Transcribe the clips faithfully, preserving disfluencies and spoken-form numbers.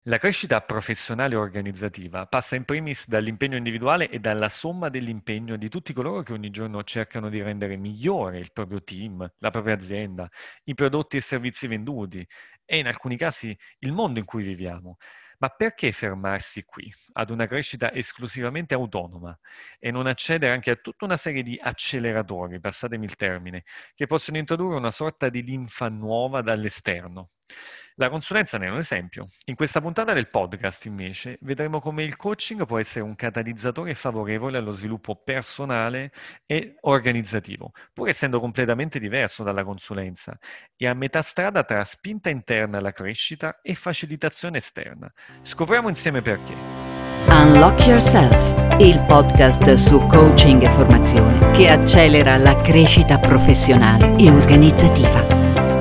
La crescita professionale e organizzativa passa in primis dall'impegno individuale e dalla somma dell'impegno di tutti coloro che ogni giorno cercano di rendere migliore il proprio team, la propria azienda, i prodotti e servizi venduti e in alcuni casi il mondo in cui viviamo. Ma perché fermarsi qui, ad una crescita esclusivamente autonoma e non accedere anche a tutta una serie di acceleratori, passatemi il termine, che possono introdurre una sorta di linfa nuova dall'esterno? La consulenza ne è un esempio. In questa puntata del podcast, invece, vedremo come il coaching può essere un catalizzatore favorevole allo sviluppo personale e organizzativo, pur essendo completamente diverso dalla consulenza, e a metà strada tra spinta interna alla crescita e facilitazione esterna. Scopriamo insieme perché. Unlock Yourself, il podcast su coaching e formazione che accelera la crescita professionale e organizzativa.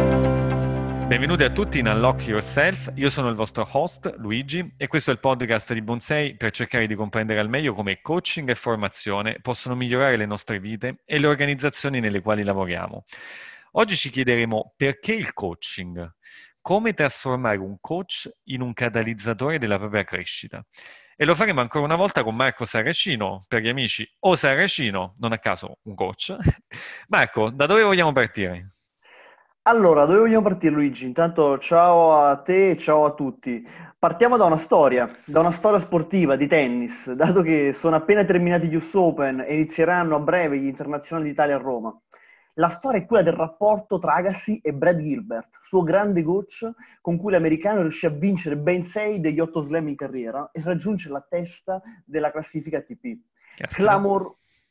Benvenuti a tutti in Unlock Yourself, io sono il vostro host Luigi e questo è il podcast di Bonsai per cercare di comprendere al meglio come coaching e formazione possono migliorare le nostre vite e le organizzazioni nelle quali lavoriamo. Oggi ci chiederemo perché il coaching, come trasformare un coach in un catalizzatore della propria crescita. E lo faremo ancora una volta con Marco Saracino, per gli amici o Saracino, non a caso un coach. Marco, da dove vogliamo partire? Allora, dove vogliamo partire, Luigi? Intanto ciao a te e ciao a tutti. Partiamo da una storia, da una storia sportiva di tennis, dato che sono appena terminati gli U S Open e inizieranno a breve gli internazionali d'Italia a Roma. La storia è quella del rapporto tra Agassi e Brad Gilbert, suo grande coach, con cui l'americano riuscì a vincere ben sei degli otto slam in carriera e raggiunge la testa della classifica A T P. Caspita. Clamor...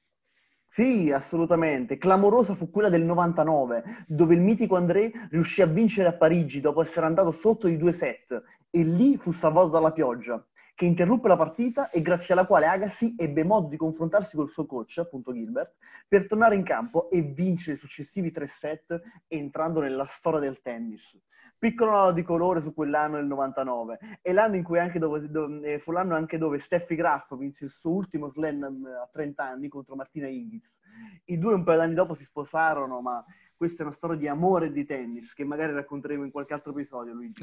Sì, assolutamente. Clamorosa fu quella del novantanove, dove il mitico André riuscì a vincere a Parigi dopo essere andato sotto di due set e lì fu salvato dalla pioggia, che interruppe la partita e grazie alla quale Agassi ebbe modo di confrontarsi col suo coach, appunto Gilbert, per tornare in campo e vincere i successivi tre set entrando nella storia del tennis. Piccolo nodo di colore su quell'anno del novantanove, è l'anno in cui anche dove, dove, fu l'anno anche dove Steffi Graf vinse il suo ultimo slam a trenta anni contro Martina Hingis. I due un paio d'anni dopo si sposarono, ma questa è una storia di amore e di tennis che magari racconteremo in qualche altro episodio, Luigi.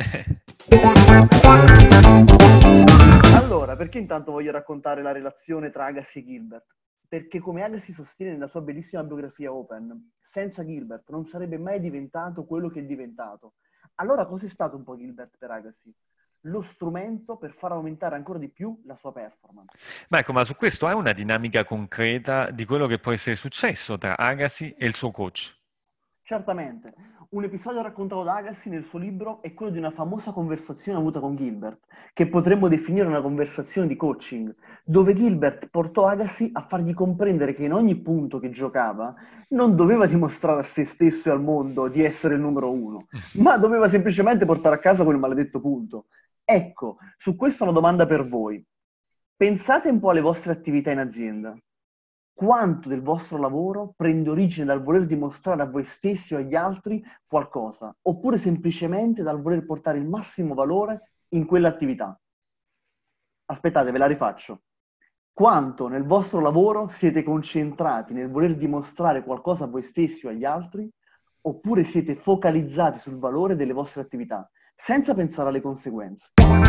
Allora, perché intanto voglio raccontare la relazione tra Agassi e Gilbert? Perché come Agassi sostiene nella sua bellissima biografia Open, senza Gilbert non sarebbe mai diventato quello che è diventato. Allora cos'è stato un po' Gilbert per Agassi? Lo strumento per far aumentare ancora di più la sua performance. Marco, ma su questo hai una dinamica concreta di quello che può essere successo tra Agassi e il suo coach? Certamente. Un episodio raccontato da Agassi nel suo libro è quello di una famosa conversazione avuta con Gilbert, che potremmo definire una conversazione di coaching, dove Gilbert portò Agassi a fargli comprendere che in ogni punto che giocava non doveva dimostrare a se stesso e al mondo di essere il numero uno, ma doveva semplicemente portare a casa quel maledetto punto. Ecco, su questa una domanda per voi. Pensate un po' alle vostre attività in azienda. Quanto del vostro lavoro prende origine dal voler dimostrare a voi stessi o agli altri qualcosa, oppure semplicemente dal voler portare il massimo valore in quell'attività? Aspettate, ve la rifaccio. Quanto nel vostro lavoro siete concentrati nel voler dimostrare qualcosa a voi stessi o agli altri, oppure siete focalizzati sul valore delle vostre attività, senza pensare alle conseguenze?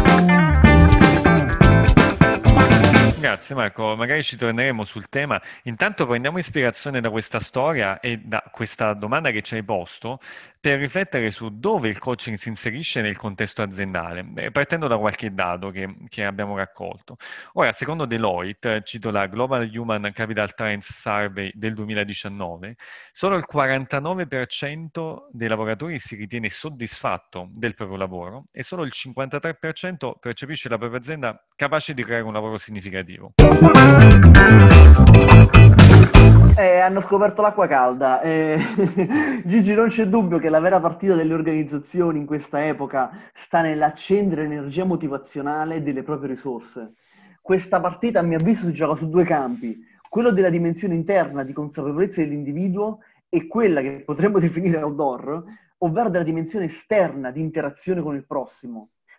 Grazie Marco, magari ci torneremo sul tema. Intanto prendiamo ispirazione da questa storia e da questa domanda che ci hai posto per riflettere su dove il coaching si inserisce nel contesto aziendale, eh, partendo da qualche dato che, che abbiamo raccolto. Ora, secondo Deloitte, cito la Global Human Capital Trends Survey del duemiladiciannove, solo il quarantanove per cento dei lavoratori si ritiene soddisfatto del proprio lavoro e solo il cinquantatré per cento percepisce la propria azienda capace di creare un lavoro significativo. Eh, hanno scoperto l'acqua calda. Eh, Gigi, non c'è dubbio che la vera partita delle organizzazioni in questa epoca sta nell'accendere l'energia motivazionale delle proprie risorse. Questa partita, a mio avviso, si gioca su due campi: quello della dimensione interna di consapevolezza dell'individuo e quella che potremmo definire outdoor, ovvero della dimensione esterna di interazione con il prossimo.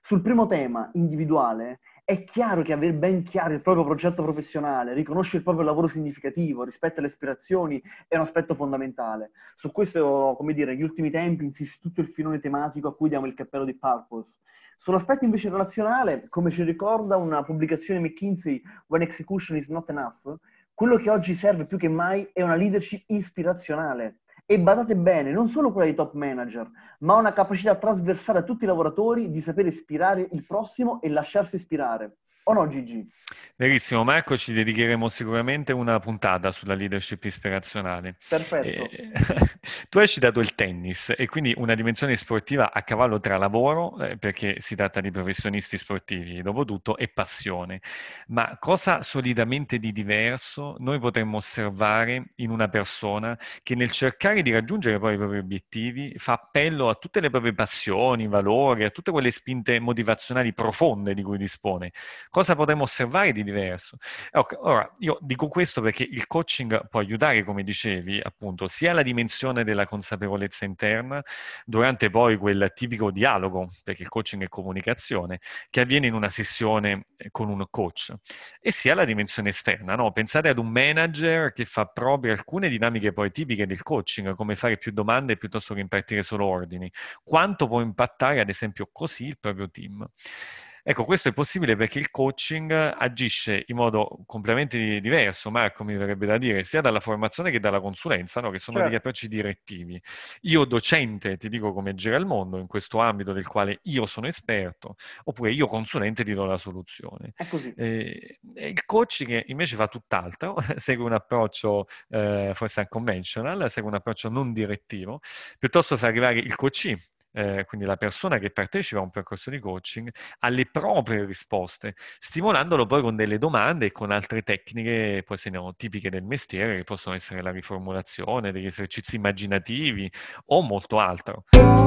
Sul primo tema, individuale, è chiaro che avere ben chiaro il proprio progetto professionale, riconoscere il proprio lavoro significativo rispetto alle aspirazioni è un aspetto fondamentale. Su questo, come dire, negli ultimi tempi insiste tutto il filone tematico a cui diamo il cappello di Purpose. Sull'aspetto invece relazionale, come ci ricorda una pubblicazione McKinsey, When Execution is Not Enough, quello che oggi serve più che mai è una leadership ispirazionale. E badate bene, non solo quella di top manager, ma una capacità trasversale a tutti i lavoratori di sapere ispirare il prossimo e lasciarsi ispirare. O no, Gigi? Verissimo, Marco, ci dedicheremo sicuramente una puntata sulla leadership ispirazionale. Perfetto. Eh, tu hai citato il tennis e quindi una dimensione sportiva a cavallo tra lavoro, eh, perché si tratta di professionisti sportivi, dopo tutto, e passione. Ma cosa solidamente di diverso noi potremmo osservare in una persona che nel cercare di raggiungere poi i propri obiettivi fa appello a tutte le proprie passioni, valori, a tutte quelle spinte motivazionali profonde di cui dispone? Cosa potremmo osservare di diverso? Okay, ora, io dico questo perché il coaching può aiutare, come dicevi, appunto, sia la dimensione della consapevolezza interna, durante poi quel tipico dialogo, perché il coaching è comunicazione, che avviene in una sessione con un coach, e sia la dimensione esterna, no? Pensate ad un manager che fa proprio alcune dinamiche poi tipiche del coaching, come fare più domande piuttosto che impartire solo ordini. Quanto può impattare, ad esempio, così il proprio team? Ecco, questo è possibile perché il coaching agisce in modo completamente diverso, Marco, mi verrebbe da dire, sia dalla formazione che dalla consulenza, no? Che sono Certo. degli approcci direttivi. Io docente ti dico come gira il mondo in questo ambito del quale io sono esperto, oppure io consulente ti do la soluzione. È così. Eh, il coaching invece fa tutt'altro, segue un approccio eh, forse unconventional, segue un approccio non direttivo, piuttosto fa arrivare il coachee, Eh, quindi la persona che partecipa a un percorso di coaching, alle proprie risposte, stimolandolo poi con delle domande e con altre tecniche, poi se ne ho tipiche del mestiere, che possono essere la riformulazione, degli esercizi immaginativi o molto altro.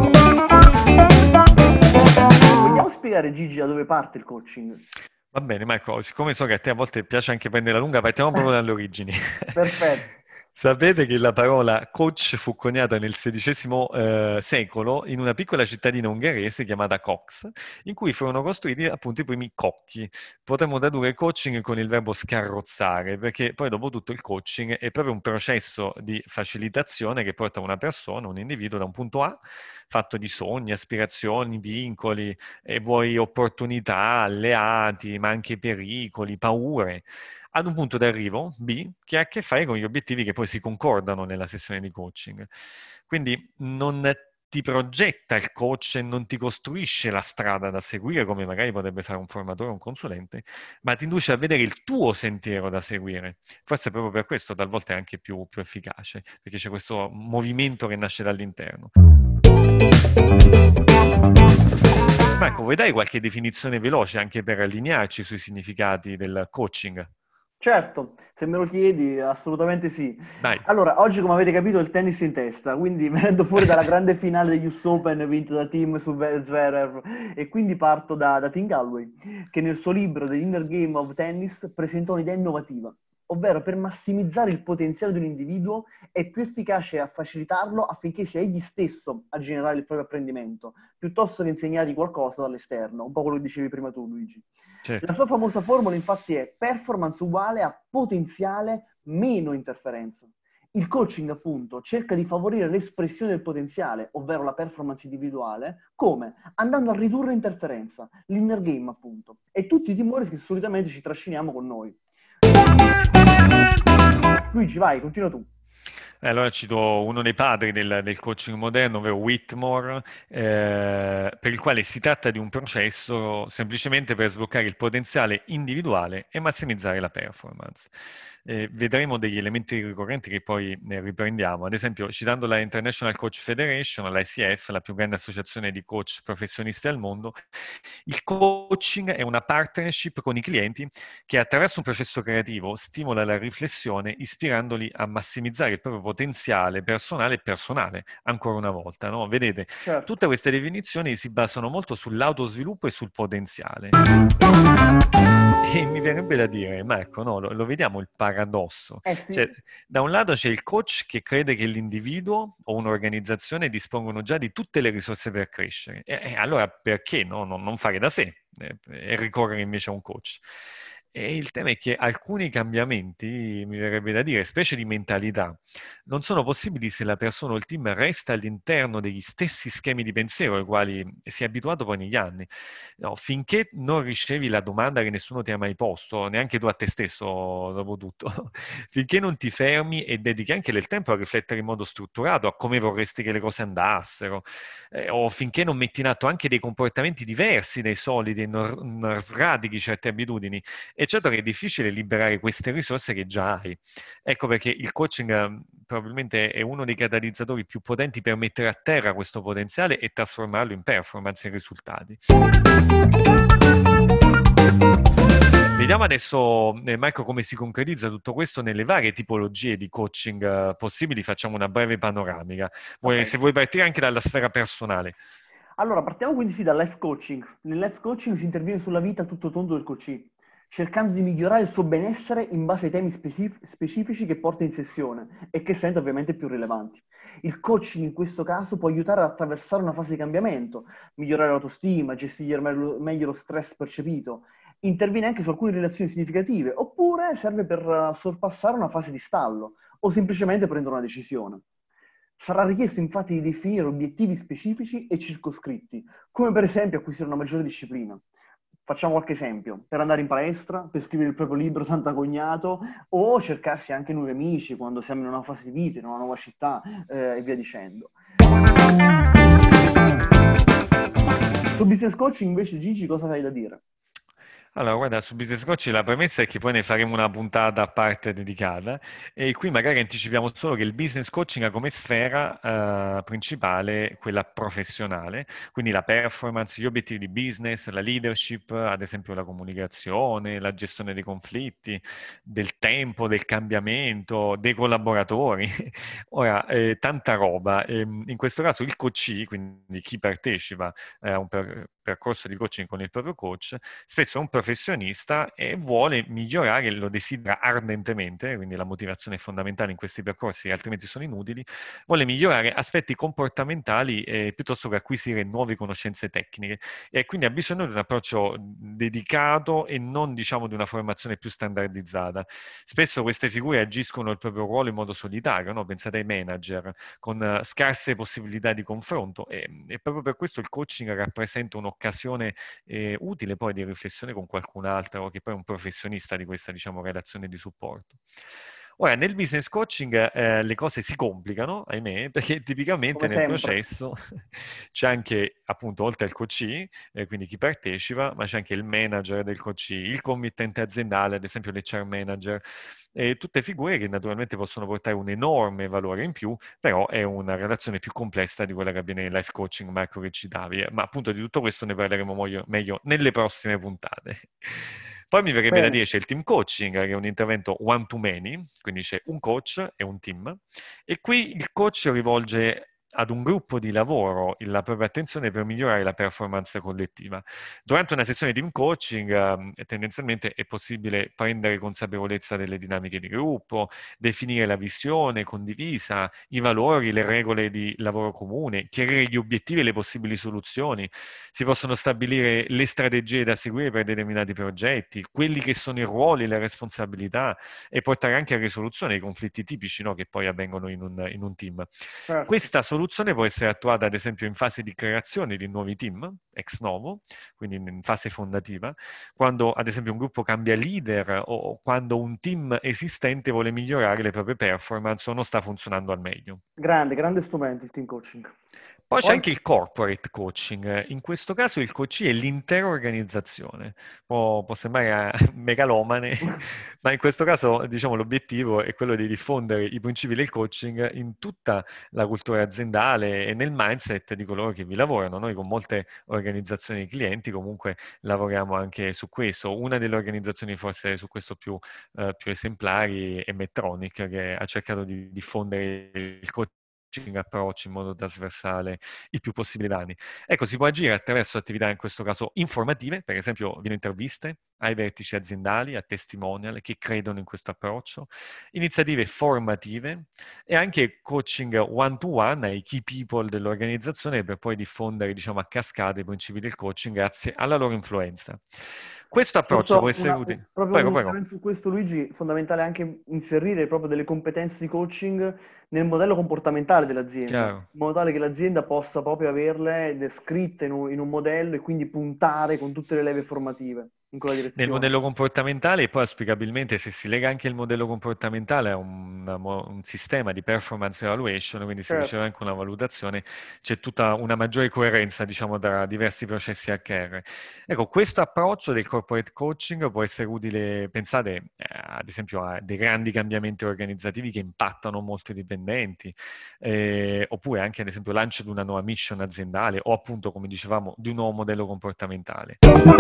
Vogliamo spiegare, Gigi, da dove parte il coaching? Va bene, Marco, siccome so che a te a volte piace anche prendere la lunga, partiamo proprio dalle origini. Perfetto. Sapete che la parola coach fu coniata nel sedicesimo eh, secolo in una piccola cittadina ungherese chiamata Cox, in cui furono costruiti appunto i primi cocchi. Potremmo tradurre coaching con il verbo scarrozzare, perché poi dopo tutto il coaching è proprio un processo di facilitazione che porta una persona, un individuo da un punto A, fatto di sogni, aspirazioni, vincoli, e vuoi opportunità, alleati, ma anche pericoli, paure, ad un punto d'arrivo, B, che ha a che fare con gli obiettivi che poi si concordano nella sessione di coaching. Quindi non ti progetta il coach e non ti costruisce la strada da seguire, come magari potrebbe fare un formatore o un consulente, ma ti induce a vedere il tuo sentiero da seguire. Forse proprio per questo talvolta è anche più, più efficace, perché c'è questo movimento che nasce dall'interno. Marco, vuoi dare qualche definizione veloce anche per allinearci sui significati del coaching? Certo, se me lo chiedi, assolutamente sì. Dai. Allora, oggi come avete capito il tennis in testa, quindi venendo fuori dalla grande finale degli U S Open vinta da Tim su Zverev, e quindi parto da, da Tim Gallwey, che nel suo libro The Inner Game of Tennis presenta un'idea innovativa, ovvero per massimizzare il potenziale di un individuo è più efficace a facilitarlo affinché sia egli stesso a generare il proprio apprendimento, piuttosto che insegnargli qualcosa dall'esterno, un po' quello che dicevi prima tu, Luigi. Certo. La sua famosa formula infatti è performance uguale a potenziale meno interferenza. Il coaching appunto cerca di favorire l'espressione del potenziale, ovvero la performance individuale, come? Andando a ridurre l'interferenza, l'inner game appunto, e tutti i timori che solitamente ci trasciniamo con noi. Luigi, vai, continua tu. Allora cito uno dei padri del, del coaching moderno, ovvero Whitmore, eh, per il quale si tratta di un processo semplicemente per sbloccare il potenziale individuale e massimizzare la performance. Eh, vedremo degli elementi ricorrenti che poi ne riprendiamo. Ad esempio, citando la International Coach Federation, la I C F, la più grande associazione di coach professionisti al mondo, il coaching è una partnership con i clienti che attraverso un processo creativo stimola la riflessione, ispirandoli a massimizzare il proprio potenziale personale e personale, ancora una volta, no? Vedete, Certo. Tutte queste definizioni si basano molto sull'autosviluppo e sul potenziale. E mi verrebbe da dire, Marco, no, lo, lo vediamo il paradosso. Eh sì, Cioè, da un lato c'è il coach che crede che l'individuo o un'organizzazione dispongono già di tutte le risorse per crescere. E, e allora perché no, non, non fare da sé eh, e ricorrere invece a un coach? E il tema è che alcuni cambiamenti, mi verrebbe da dire, specie di mentalità, non sono possibili se la persona o il team resta all'interno degli stessi schemi di pensiero ai quali si è abituato poi negli anni. No, finché non ricevi la domanda che nessuno ti ha mai posto, neanche tu a te stesso, dopo tutto, finché non ti fermi e dedichi anche del tempo a riflettere in modo strutturato a come vorresti che le cose andassero, eh, o finché non metti in atto anche dei comportamenti diversi dai soliti e non, non sradichi certe abitudini, è certo che è difficile liberare queste risorse che già hai. Ecco perché il coaching eh, probabilmente è uno dei catalizzatori più potenti per mettere a terra questo potenziale e trasformarlo in performance e risultati. Vediamo adesso, eh, Marco, come si concretizza tutto questo nelle varie tipologie di coaching eh, possibili. Facciamo una breve panoramica. Vuoi- se ok. vuoi partire anche dalla sfera personale. Allora, partiamo quindi sì dal life coaching. Nel life coaching si interviene sulla vita a tutto tondo del coachee, cercando di migliorare il suo benessere in base ai temi specif- specifici che porta in sessione e che sente ovviamente più rilevanti. Il coaching in questo caso può aiutare ad attraversare una fase di cambiamento, migliorare l'autostima, gestire meglio meglio lo stress percepito, interviene anche su alcune relazioni significative, oppure serve per eh, sorpassare una fase di stallo o semplicemente prendere una decisione. Sarà richiesto infatti di definire obiettivi specifici e circoscritti, come per esempio acquisire una maggiore disciplina. Facciamo qualche esempio: per andare in palestra, per scrivere il proprio libro Santa Cognato, o cercarsi anche nuovi amici quando siamo in una fase di vita, in una nuova città, eh, e via dicendo. Sul business coaching invece, Gigi, cosa hai da dire? Allora, guarda, su Business Coach la premessa è che poi ne faremo una puntata a parte dedicata e qui magari anticipiamo solo che il business coaching ha come sfera eh, principale quella professionale, quindi la performance, gli obiettivi di business, la leadership, ad esempio la comunicazione, la gestione dei conflitti, del tempo, del cambiamento, dei collaboratori. Ora, eh, tanta roba. Ehm, in questo caso il coachee, quindi chi partecipa eh, a un per- percorso di coaching con il proprio coach, spesso è un professionista e vuole migliorare, lo desidera ardentemente, quindi la motivazione è fondamentale in questi percorsi, altrimenti sono inutili, vuole migliorare aspetti comportamentali eh, piuttosto che acquisire nuove conoscenze tecniche e quindi ha bisogno di un approccio dedicato e non diciamo di una formazione più standardizzata. Spesso queste figure agiscono il proprio ruolo in modo solitario, no? Pensate ai manager con uh, scarse possibilità di confronto e, e proprio per questo il coaching rappresenta un'occasione eh, utile poi di riflessione con qualcun altro che poi è un professionista di questa, diciamo, relazione di supporto. Ora, nel business coaching eh, le cose si complicano, ahimè, perché tipicamente Come nel sempre. processo c'è anche, appunto, oltre al coachee, eh, quindi chi partecipa, ma c'è anche il manager del coachee, il committente aziendale, ad esempio l'H R manager, e tutte figure che naturalmente possono portare un enorme valore in più, però è una relazione più complessa di quella che avviene nel life coaching, Marco, che citavi. Ma appunto di tutto questo ne parleremo meglio, meglio nelle prossime puntate. Poi mi verrebbe da Bene. dire c'è il team coaching, che è un intervento one to many, quindi c'è un coach e un team, e qui il coach rivolge ad un gruppo di lavoro la propria attenzione per migliorare la performance collettiva. Durante una sessione di team coaching, eh, tendenzialmente è possibile prendere consapevolezza delle dinamiche di gruppo, definire la visione condivisa, i valori, le regole di lavoro comune, chiarire gli obiettivi e le possibili soluzioni. Si possono stabilire le strategie da seguire per determinati progetti, quelli che sono i ruoli, le responsabilità e portare anche a risoluzione dei conflitti tipici, no, che poi avvengono in un, in un team. Certo. Questa soluzione può essere attuata ad esempio in fase di creazione di nuovi team, ex novo, quindi in fase fondativa, quando ad esempio un gruppo cambia leader o quando un team esistente vuole migliorare le proprie performance o non sta funzionando al meglio. Grande, grande strumento il team coaching. Poi c'è Poi? anche il corporate coaching. In questo caso il coachee è l'intera organizzazione. Può, può sembrare eh, megalomane, ma in questo caso, diciamo, l'obiettivo è quello di diffondere i principi del coaching in tutta la cultura aziendale e nel mindset di coloro che vi lavorano. Noi con molte organizzazioni di clienti comunque lavoriamo anche su questo. Una delle organizzazioni forse su questo più, eh, più esemplari è Medtronic, che ha cercato di diffondere il coaching approcci in modo trasversale il più possibile danni. Ecco, si può agire attraverso attività in questo caso informative, per esempio video interviste ai vertici aziendali, a testimonial che credono in questo approccio, iniziative formative e anche coaching one-to-one ai key people dell'organizzazione per poi diffondere, diciamo, a cascata i principi del coaching grazie alla loro influenza. Questo approccio può essere una, utile. proprio Prego, un prego. commento su questo, Luigi, fondamentale anche inserire proprio delle competenze di coaching nel modello comportamentale dell'azienda, Chiaro. in modo tale che l'azienda possa proprio averle descritte in un, in un modello e quindi puntare con tutte le leve formative in quella direzione. Nel modello comportamentale, e poi auspicabilmente se si lega anche il modello comportamentale a un, un sistema di performance evaluation, quindi si Certo. riceve anche una valutazione, c'è tutta una maggiore coerenza, diciamo, tra diversi processi H R. Ecco, questo approccio del corporate coaching può essere utile, pensate, eh, ad esempio, a dei grandi cambiamenti organizzativi che impattano molto i dipendenti, eh, oppure anche, ad esempio, lancio di una nuova mission aziendale o appunto, come dicevamo, di un nuovo modello comportamentale.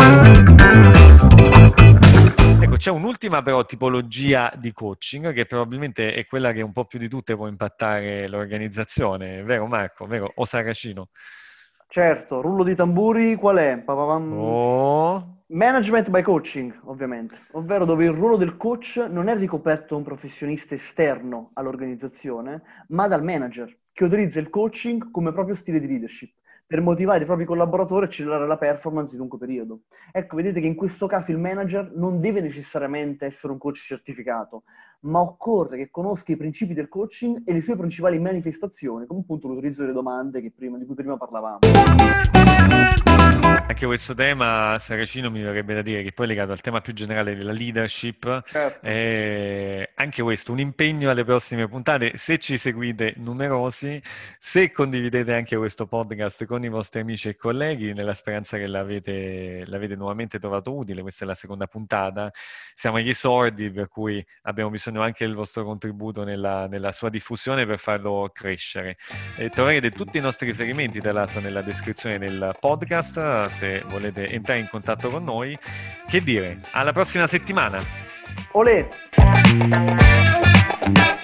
Ecco, c'è un'ultima però tipologia di coaching che probabilmente è quella che un po' più di tutte può impattare l'organizzazione, vero Marco? Vero? O Saracino? Certo, rullo di tamburi, qual è? Pa-pa-pam. Oh. Management by coaching, ovviamente, ovvero dove il ruolo del coach non è ricoperto da un professionista esterno all'organizzazione, ma dal manager, che utilizza il coaching come proprio stile di leadership, per motivare i propri collaboratori e accelerare la performance in lungo periodo. Ecco, vedete che in questo caso il manager non deve necessariamente essere un coach certificato, ma occorre che conosca i principi del coaching e le sue principali manifestazioni, come appunto l'utilizzo delle domande che prima, di cui prima parlavamo. Anche questo tema, Saracino, mi verrebbe da dire che poi è legato al tema più generale della leadership, Certo. eh, anche questo, un impegno alle prossime puntate, se ci seguite numerosi, se condividete anche questo podcast con i vostri amici e colleghi, nella speranza che l'avete, l'avete nuovamente trovato utile, questa è la seconda puntata, siamo agli esordi, per cui abbiamo bisogno anche del vostro contributo nella, nella sua diffusione per farlo crescere. Eh, troverete tutti i nostri riferimenti, tra l'altro, nella descrizione del podcast, se volete entrare in contatto con noi. Che dire, alla prossima settimana! Olè!